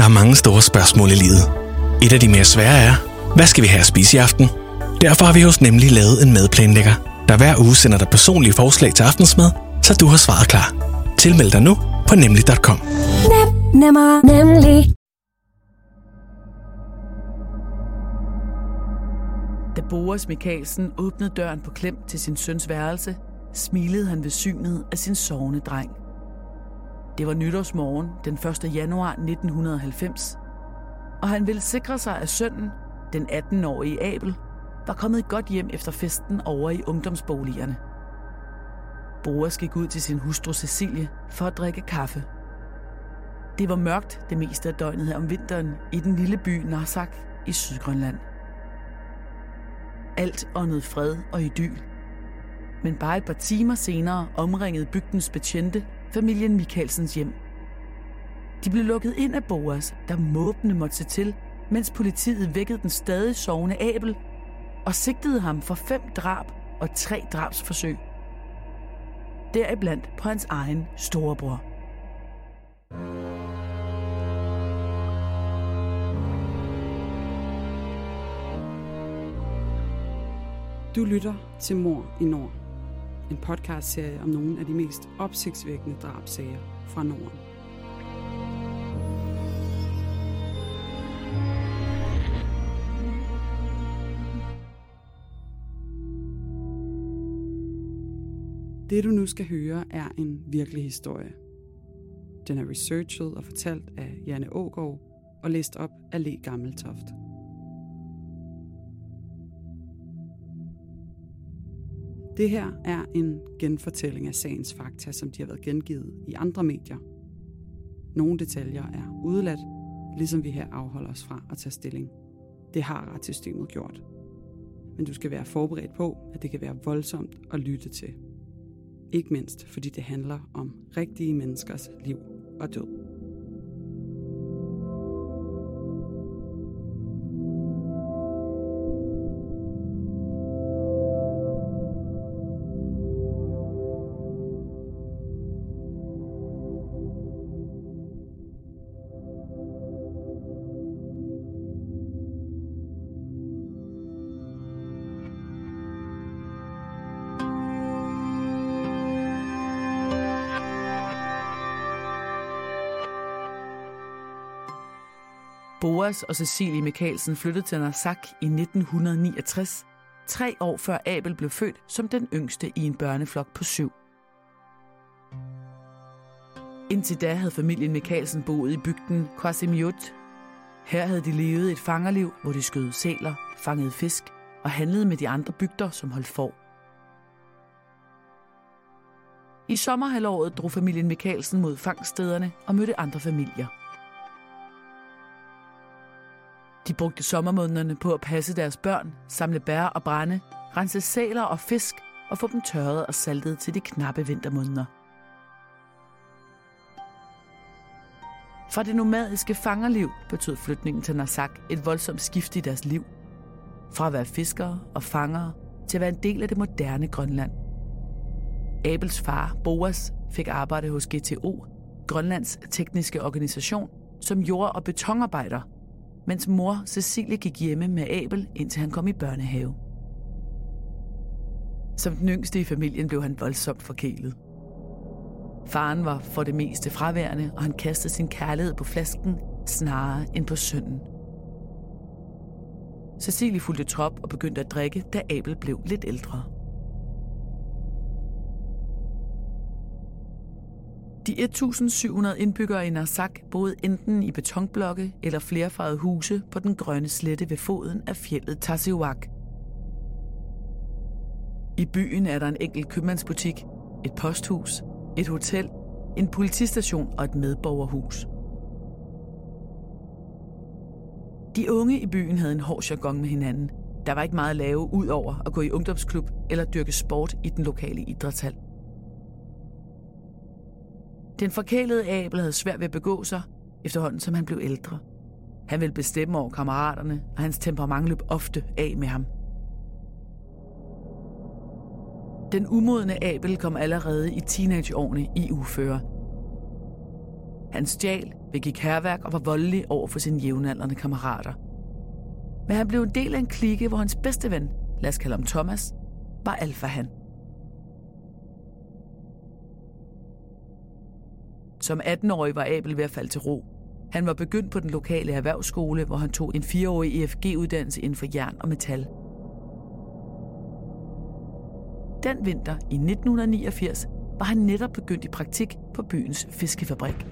Der er mange store spørgsmål i livet. Et af de mere svære er, hvad skal vi have at spise i aften? Derfor har vi hos Nemlig lavet en madplanlægger, der hver uge sender dig personlige forslag til aftensmad, så du har svaret klar. Tilmeld dig nu på nemlig.com. Nemmer, nemlig. Da Boas Michaelsen åbnede døren på klem til sin søns værelse, smilede han ved synet af sin sovende dreng. Det var nytårsmorgen den 1. januar 1990, og han ville sikre sig, at sønnen, den 18-årige Abel, var kommet godt hjem efter festen over i ungdomsboligerne. Boas gik ud til sin hustru Cecilie for at drikke kaffe. Det var mørkt det meste af døgnet her om vinteren i den lille by Narsaq i Sydgrønland. Alt åndede fred og idyl. Men bare et par timer senere omringede bygdens betjente familien Michaelsens hjem. De blev lukket ind af Boas, der måbende måtte se til, mens politiet vækkede den stadig sovende Abel og sigtede ham for 5 drab og 3 drabsforsøg. Deriblandt på hans egen storebror. Du lytter til Mord i Nord, en podcastserie om nogle af de mest opsigtsvækkende drabssager fra Norden. Det du nu skal høre er en virkelig historie. Den er researchet og fortalt af Janne Aagaard og læst op af Le Gammeltoft. Det her er en genfortælling af sagens fakta, som de har været gengivet i andre medier. Nogle detaljer er udeladt, ligesom vi her afholder os fra at tage stilling. Det har retssystemet gjort. Men du skal være forberedt på, at det kan være voldsomt at lytte til. Ikke mindst, fordi det handler om rigtige menneskers liv og død. Boas og Cecilie Michaelsen flyttede til Narsaq i 1969, 3 år før Abel blev født som den yngste i en børneflok på 7. Indtil da havde familien Michaelsen boet i bygden Qasigiannguit. Her havde de levet et fangerliv, hvor de skød sæler, fangede fisk og handlede med de andre bygder, som holdt får. I sommerhalvåret drog familien Michaelsen mod fangststederne og mødte andre familier. De brugte sommermånederne på at passe deres børn, samle bær og brænde, rense sæler og fisk og få dem tørret og saltet til de knappe vintermåneder. Fra det nomadiske fangerliv betød flytningen til Narsaq et voldsomt skift i deres liv. Fra at være fiskere og fangere til at være en del af det moderne Grønland. Abels far, Boas, fik arbejde hos GTO, Grønlands tekniske organisation, som jord- og betonarbejder, mens mor Cecilie gik hjemme med Abel, indtil han kom i børnehave. Som den yngste i familien blev han voldsomt forkælet. Faren var for det meste fraværende, og han kastede sin kærlighed på flasken snarere end på sønnen. Cecilie fulgte trop og begyndte at drikke, da Abel blev lidt ældre. De 1700 indbyggere i Narsaq boede enten i betonblokke eller flerfarvede huse på den grønne slette ved foden af fjeldet Tasiwak. I byen er der en enkelt købmandsbutik, et posthus, et hotel, en politistation og et medborgerhus. De unge i byen havde en hård jargon med hinanden. Der var ikke meget at lave ud over at gå i ungdomsklub eller dyrke sport i den lokale idrætshal. Den forkælede Abel havde svært ved at begå sig, efterhånden som han blev ældre. Han ville bestemme over kammeraterne, og hans temperament løb ofte af med ham. Den umodne Abel kom allerede i teenageårene i uføre. Han stjal, begik hærværk og var voldelig over for sine jævnaldrende kammerater. Men han blev en del af en klike, hvor hans bedste ven, lad os kalde ham Thomas, var alfahan. Som 18-årig var Abel ved at falde til ro. Han var begyndt på den lokale erhvervsskole, hvor han tog en 4-årig EFG-uddannelse inden for jern og metal. Den vinter i 1989 var han netop begyndt i praktik på byens fiskefabrik.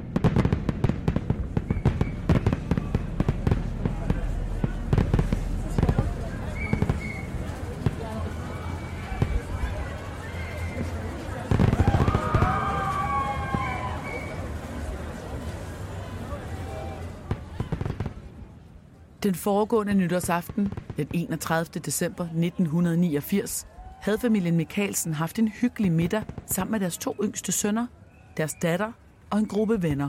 Den foregående nytårsaften, den 31. december 1989, havde familien Michaelsen haft en hyggelig middag sammen med deres 2 yngste sønner, deres datter og en gruppe venner.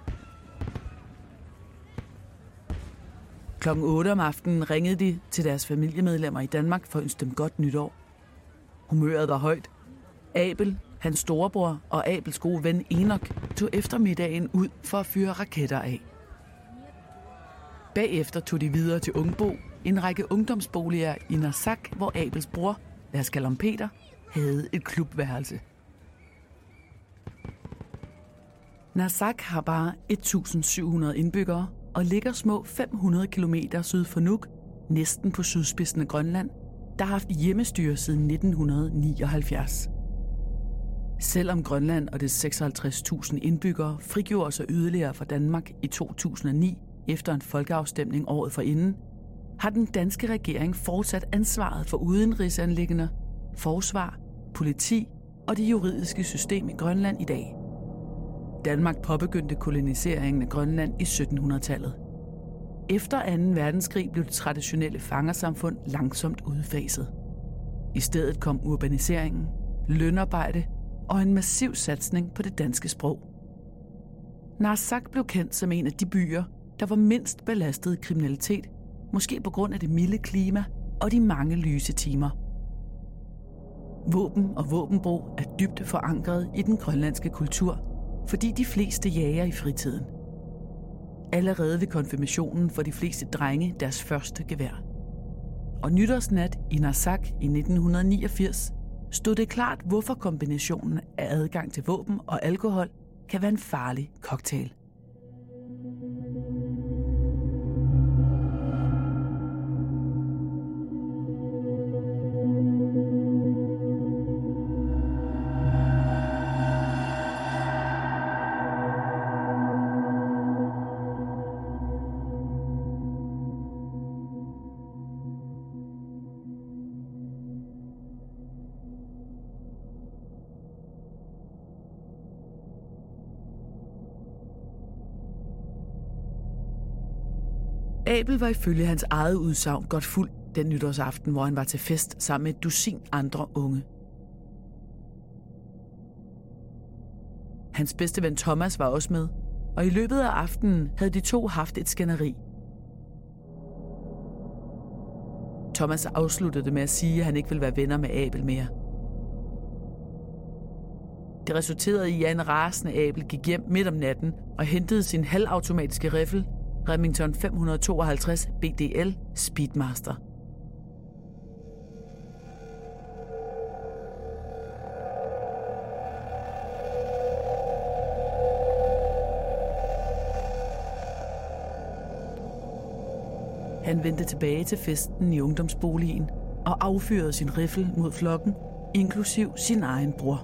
Klokken 8 om aftenen ringede de til deres familiemedlemmer i Danmark for at ønske dem godt nytår. Humøret var højt. Abel, hans storebror og Abels gode ven Enok tog eftermiddagen ud for at fyre raketter af. Bagefter tog de videre til Ungbo, en række ungdomsboliger i Narsaq, hvor Abels bror, lad os kalde ham Peter, havde et klubværelse. Narsaq har bare 1.700 indbyggere og ligger små 500 km syd for Nuuk, næsten på sydspidsen af Grønland, der har haft hjemmestyre siden 1979. Selvom Grønland og dets 56.000 indbyggere frigjorde sig yderligere fra Danmark i 2009 efter en folkeafstemning året forinden, har den danske regering fortsat ansvaret for udenrigsanliggender, forsvar, politi og det juridiske system i Grønland i dag. Danmark påbegyndte koloniseringen af Grønland i 1700-tallet. Efter 2. verdenskrig blev det traditionelle fangersamfund langsomt udfaset. I stedet kom urbaniseringen, lønarbejde og en massiv satsning på det danske sprog. Narsaq blev kendt som en af de byer, der var mindst belastet i kriminalitet, måske på grund af det milde klima og de mange lyse timer. Våben og våbenbrug er dybt forankret i den grønlandske kultur, fordi de fleste jager i fritiden. Allerede ved konfirmationen får de fleste drenge deres første gevær. Og nytårsnat i Narsaq i 1989 stod det klart, hvorfor kombinationen af adgang til våben og alkohol kan være en farlig cocktail. Abel var ifølge hans eget udsagn godt fuld den nytårsaften, hvor han var til fest sammen med et dusin andre unge. Hans bedste ven Thomas var også med, og i løbet af aftenen havde de to haft et skænderi. Thomas afsluttede det med at sige, at han ikke ville være venner med Abel mere. Det resulterede i, at en rasende Abel gik hjem midt om natten og hentede sin halvautomatiske riffel, Remington 552 BDL Speedmaster. Han vendte tilbage til festen i ungdomsboligen og affyrede sin riffel mod flokken, inklusiv sin egen bror.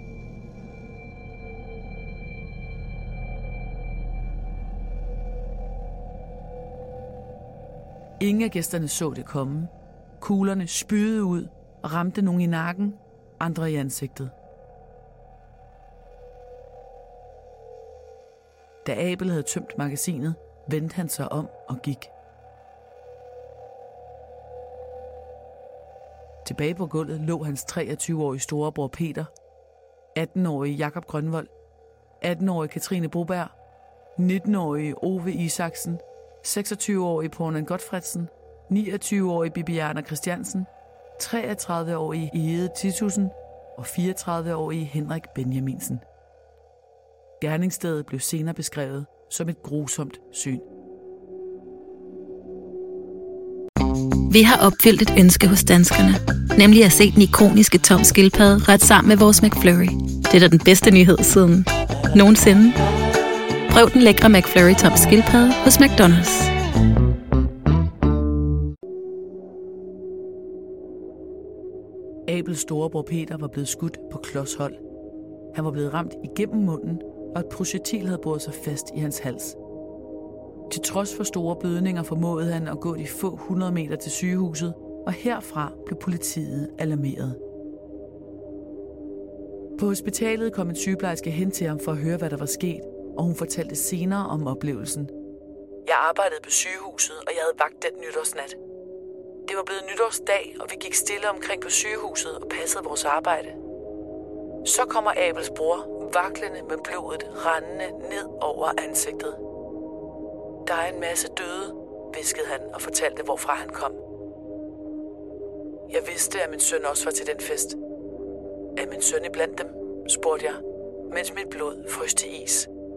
Ingen af gæsterne så det komme. Kuglerne spydede ud og ramte nogen i nakken, andre i ansigtet. Da Abel havde tømt magasinet, vendte han sig om og gik. Tilbage på gulvet lå hans 23-årige storebror Peter, 18-årige Jakob Grønvold, 18-årige Katrine Broberg, 19-årige Ove Isaksen, 26-årige Pornan Godfredsen, 29-årige Bibiana Christiansen, 33-årige Ede Titussen og 34-årige Henrik Benjaminsen. Gerningsstedet blev senere beskrevet som et grusomt syn. Vi har opfyldt et ønske hos danskerne, nemlig at se den ikoniske Tom Skildpadde ret sammen med vores McFlurry. Det er da den bedste nyhed siden nogensinde. Prøv den lækre McFlurry Tom Skildpadde hos McDonald's. Abels storebror Peter var blevet skudt på klodshold. Han var blevet ramt igennem munden, og et projektil havde boret sig fast i hans hals. Til trods for store blødninger formåede han at gå de få 100 meter til sygehuset, og herfra blev politiet alarmeret. På hospitalet kom en sygeplejerske hen til ham for at høre, hvad der var sket, og hun fortalte senere om oplevelsen. Jeg arbejdede på sygehuset, og jeg havde vagt den nytårsnat. Det var blevet nytårsdag, og vi gik stille omkring på sygehuset og passede vores arbejde. Så kommer Abels bror vaklende med blodet rendende ned over ansigtet. Der er en masse døde, hviskede han og fortalte, hvorfra han kom. Jeg vidste, at min søn også var til den fest. Er min søn iblandt dem? Spurgte jeg, mens mit blod frøs til is.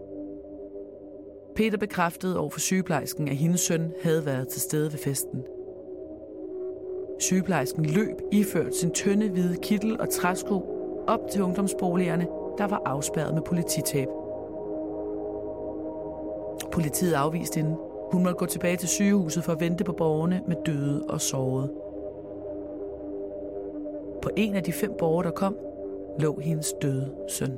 Peter bekræftede over for sygeplejersken, at hendes søn havde været til stede ved festen. Sygeplejersken løb iført sin tynde hvide kittel og træsko op til ungdomsboligerne, der var afspærret med polititab. Politiet afviste hende. Hun måtte gå tilbage til sygehuset for at vente på borgerne med døde og sårede. På en af de 5 borgere, der kom, lå hendes døde søn.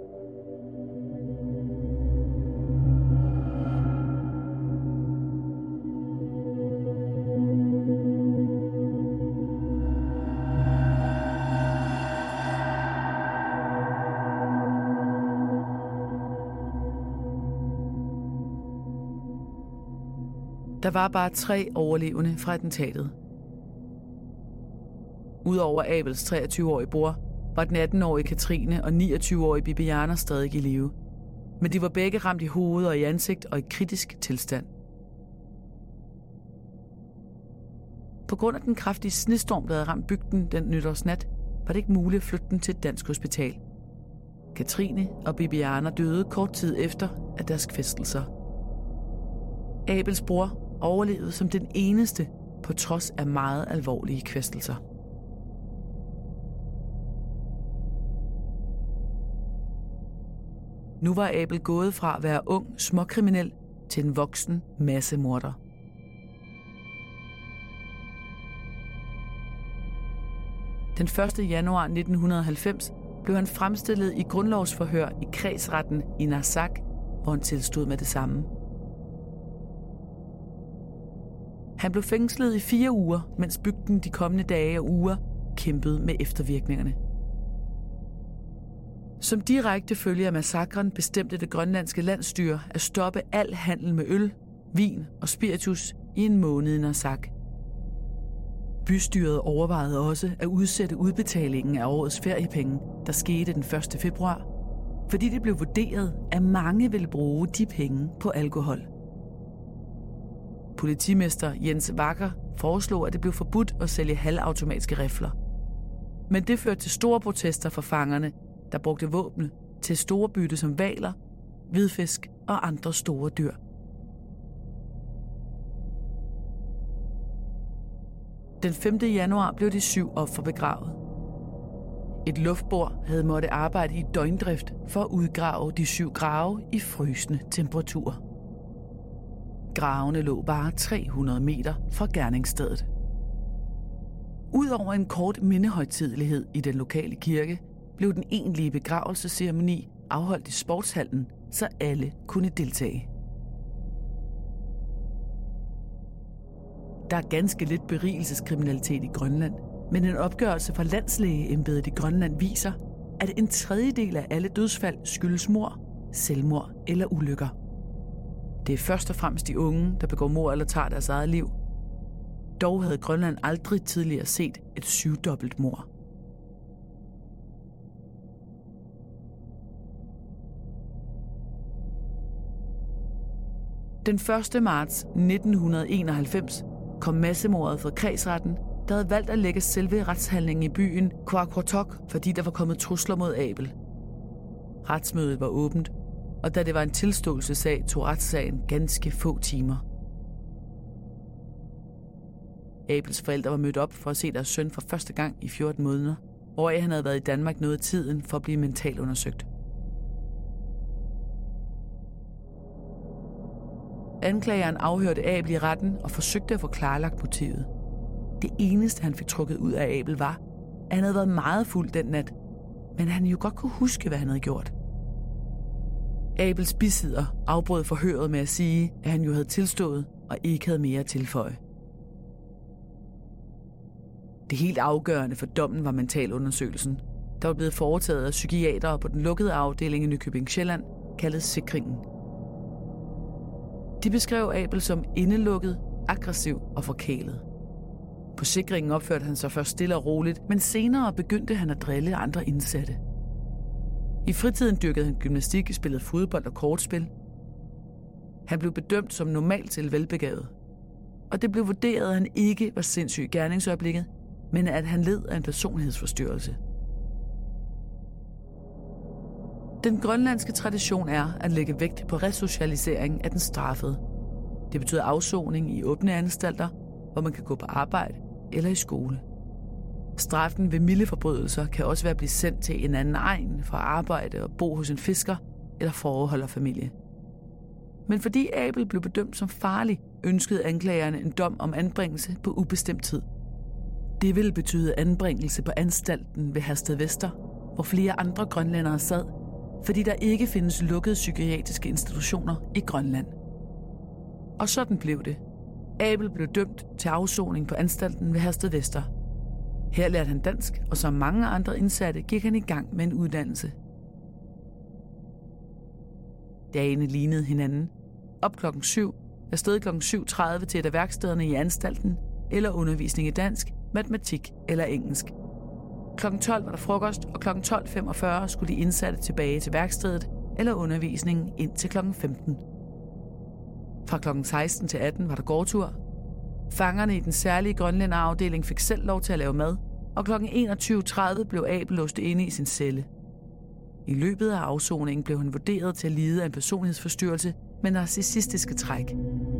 Der var bare 3 overlevende fra attentatet. Udover Abels 23-årige bror, var den 18-årige Katrine og 29-årige Bibiana stadig i live. Men de var begge ramt i hovedet og i ansigt og i kritisk tilstand. På grund af den kraftige snestorm, der havde ramt bygden den nytårsnat, var det ikke muligt at flytte den til et dansk hospital. Katrine og Bibiana døde kort tid efter af deres kvæstelser. Abels bror overlevede som den eneste, på trods af meget alvorlige kvæstelser. Nu var Abel gået fra at være ung småkriminel til en voksen massemorder. Den 1. januar 1990 blev han fremstillet i grundlovsforhør i kredsretten i Narsaq, hvor han tilstod med det samme. Han blev fængslet i 4 uger, mens bygden de kommende dage og uger kæmpede med eftervirkningerne. Som direkte følge af massakren bestemte det grønlandske landsstyre at stoppe al handel med øl, vin og spiritus i en måned i Narsaq. Bystyret overvejede også at udsætte udbetalingen af årets feriepenge, der skete den 1. februar, fordi det blev vurderet, at mange ville bruge de penge på alkohol. Politimester Jens Wacker foreslog, at det blev forbudt at sælge halvautomatiske rifler. Men det førte til store protester fra fangerne, der brugte våbne til store bytte som hvaler, hvidfisk og andre store dyr. Den 5. januar blev de 7 offer begravet. Et luftbor havde måttet arbejde i døgndrift for at udgrave de 7 grave i frysende temperaturer. Gravene lå bare 300 meter fra gerningsstedet. Udover en kort mindehøjtidelighed i den lokale kirke, blev den egentlige begravelsesceremoni afholdt i sportshallen, så alle kunne deltage. Der er ganske lidt berigelseskriminalitet i Grønland, men en opgørelse fra landslægeembedet i Grønland viser, at 1/3 af alle dødsfald skyldes mord, selvmord eller ulykker. Det er først og fremmest de unge, der begår mord eller tager deres eget liv. Dog havde Grønland aldrig tidligere set et 7-dobbelt mord. Den 1. marts 1991 kom massemordet fra kredsretten, der havde valgt at lægge selve retshandlingen i byen Qaqortoq, fordi der var kommet trusler mod Abel. Retsmødet var åbent, og da det var en tilståelsessag, tog retssagen ganske få timer. Abels forældre var mødt op for at se deres søn for første gang i 14 måneder, hvoraf han havde været i Danmark noget af tiden for at blive mentalt undersøgt. Anklageren afhørte Abel i retten og forsøgte at få klarlagt motivet. Det eneste, han fik trukket ud af Abel, var, at han havde været meget fuld den nat, men han jo godt kunne huske, hvad han havde gjort. Abels bisidder afbrød forhøret med at sige, at han jo havde tilstået og ikke havde mere at tilføje. Det helt afgørende for dommen var mentalundersøgelsen, der var blevet foretaget af psykiatere på den lukkede afdeling i Nykøbing Sjælland, kaldet Sikringen. De beskrev Abel som indelukket, aggressiv og forkælet. På Sikringen opførte han sig først stille og roligt, men senere begyndte han at drille andre indsatte. I fritiden dyrkede han gymnastik, spillede fodbold og kortspil. Han blev bedømt som normalt til velbegavet, og det blev vurderet, at han ikke var sindssyg i gerningsøjeblikket, men at han led af en personlighedsforstyrrelse. Den grønlandske tradition er at lægge vægt på resocialisering af den straffede. Det betyder afsoning i åbne anstalter, hvor man kan gå på arbejde eller i skole. Straffen ved milde forbrydelser kan også være at blive sendt til en anden egn for at arbejde og bo hos en fisker eller forholderfamilie. Men fordi Abel blev bedømt som farlig, ønskede anklagerne en dom om anbringelse på ubestemt tid. Det ville betyde anbringelse på anstalten ved Herstedvester, hvor flere andre grønlændere sad, fordi der ikke findes lukkede psykiatriske institutioner i Grønland. Og sådan blev det. Abel blev dømt til afsoning på anstalten ved Herstedvester. Her lærte han dansk, og som mange andre indsatte gik han i gang med en uddannelse. Dagene lignede hinanden. Op klokken 7, afsted klokken 7:30 til et af værkstederne i anstalten, eller undervisning i dansk, matematik eller engelsk. Klokken 12 var der frokost, og klokken 12:45 skulle de indsatte tilbage til værkstedet eller undervisningen ind til klokken 15. Fra klokken 16 til 18 var der gårdtur. Fangerne i den særlige grønlænderafdeling fik selv lov til at lave mad, og klokken 21:30 blev Abel låst inde i sin celle. I løbet af afsoningen blev han vurderet til at lide af en personlighedsforstyrrelse med narcissistiske træk.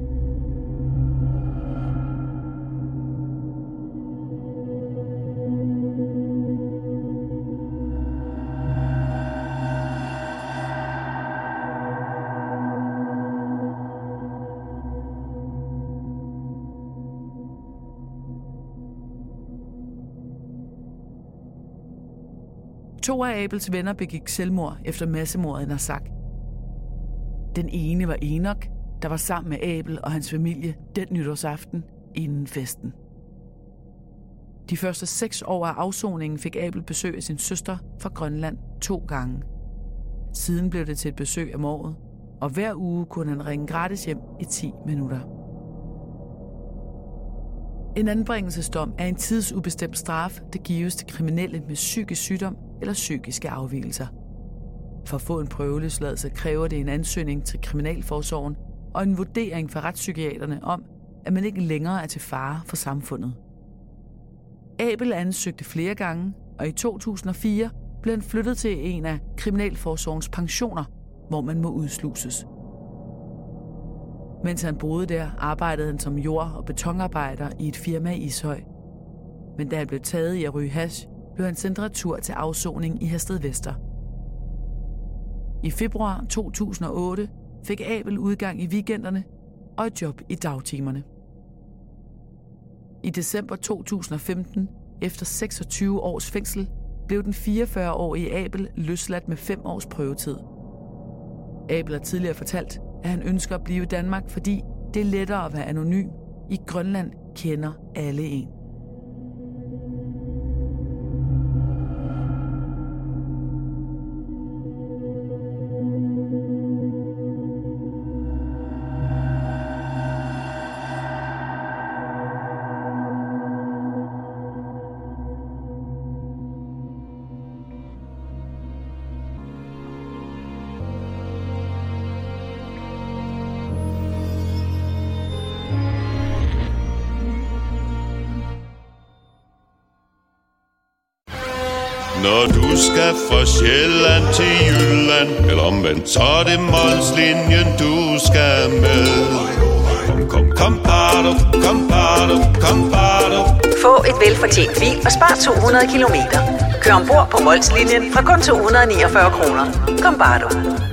To af Abels venner begik selvmord efter massemordet i Narsaq. Den ene var Enoch, der var sammen med Abel og hans familie den nytårsaften inden festen. De første 6 år af afsoningen fik Abel besøg af sin søster fra Grønland 2 gange. Siden blev det til et besøg om året, og hver uge kunne han ringe gratis hjem i 10 minutter. En anbringelsesdom er en tidsubestemt straf, der gives til kriminelle med psykisk sygdom eller psykiske afvigelser. For at få en prøveløsladelse kræver det en ansøgning til Kriminalforsorgen og en vurdering fra retspsykiaterne om, at man ikke længere er til fare for samfundet. Abel ansøgte flere gange, og i 2004 blev han flyttet til en af Kriminalforsorgens pensioner, hvor man må udsluses. Mens han boede der, arbejdede han som jord- og betonarbejder i et firma i Ishøj. Men da han blev taget i at ryge hash, blev han sendt retur til afsoning i Herstedvester. I februar 2008 fik Abel udgang i weekenderne og et job i dagtimerne. I december 2015, efter 26 års fængsel, blev den 44-årige Abel løsladt med 5 års prøvetid. Abel har tidligere fortalt, at han ønsker at blive i Danmark, fordi det er lettere at være anonym. I Grønland kender alle en. Når du skal fra Sjælland til Jylland, eller omvendt, så er det Molslinjen, du skal med. Kom, bado, kom, bado, kom, bado. Få et velfortjent bil og spar 200 kilometer. Kør ombord på Molslinjen fra kun 249 kroner. Kom, bare du.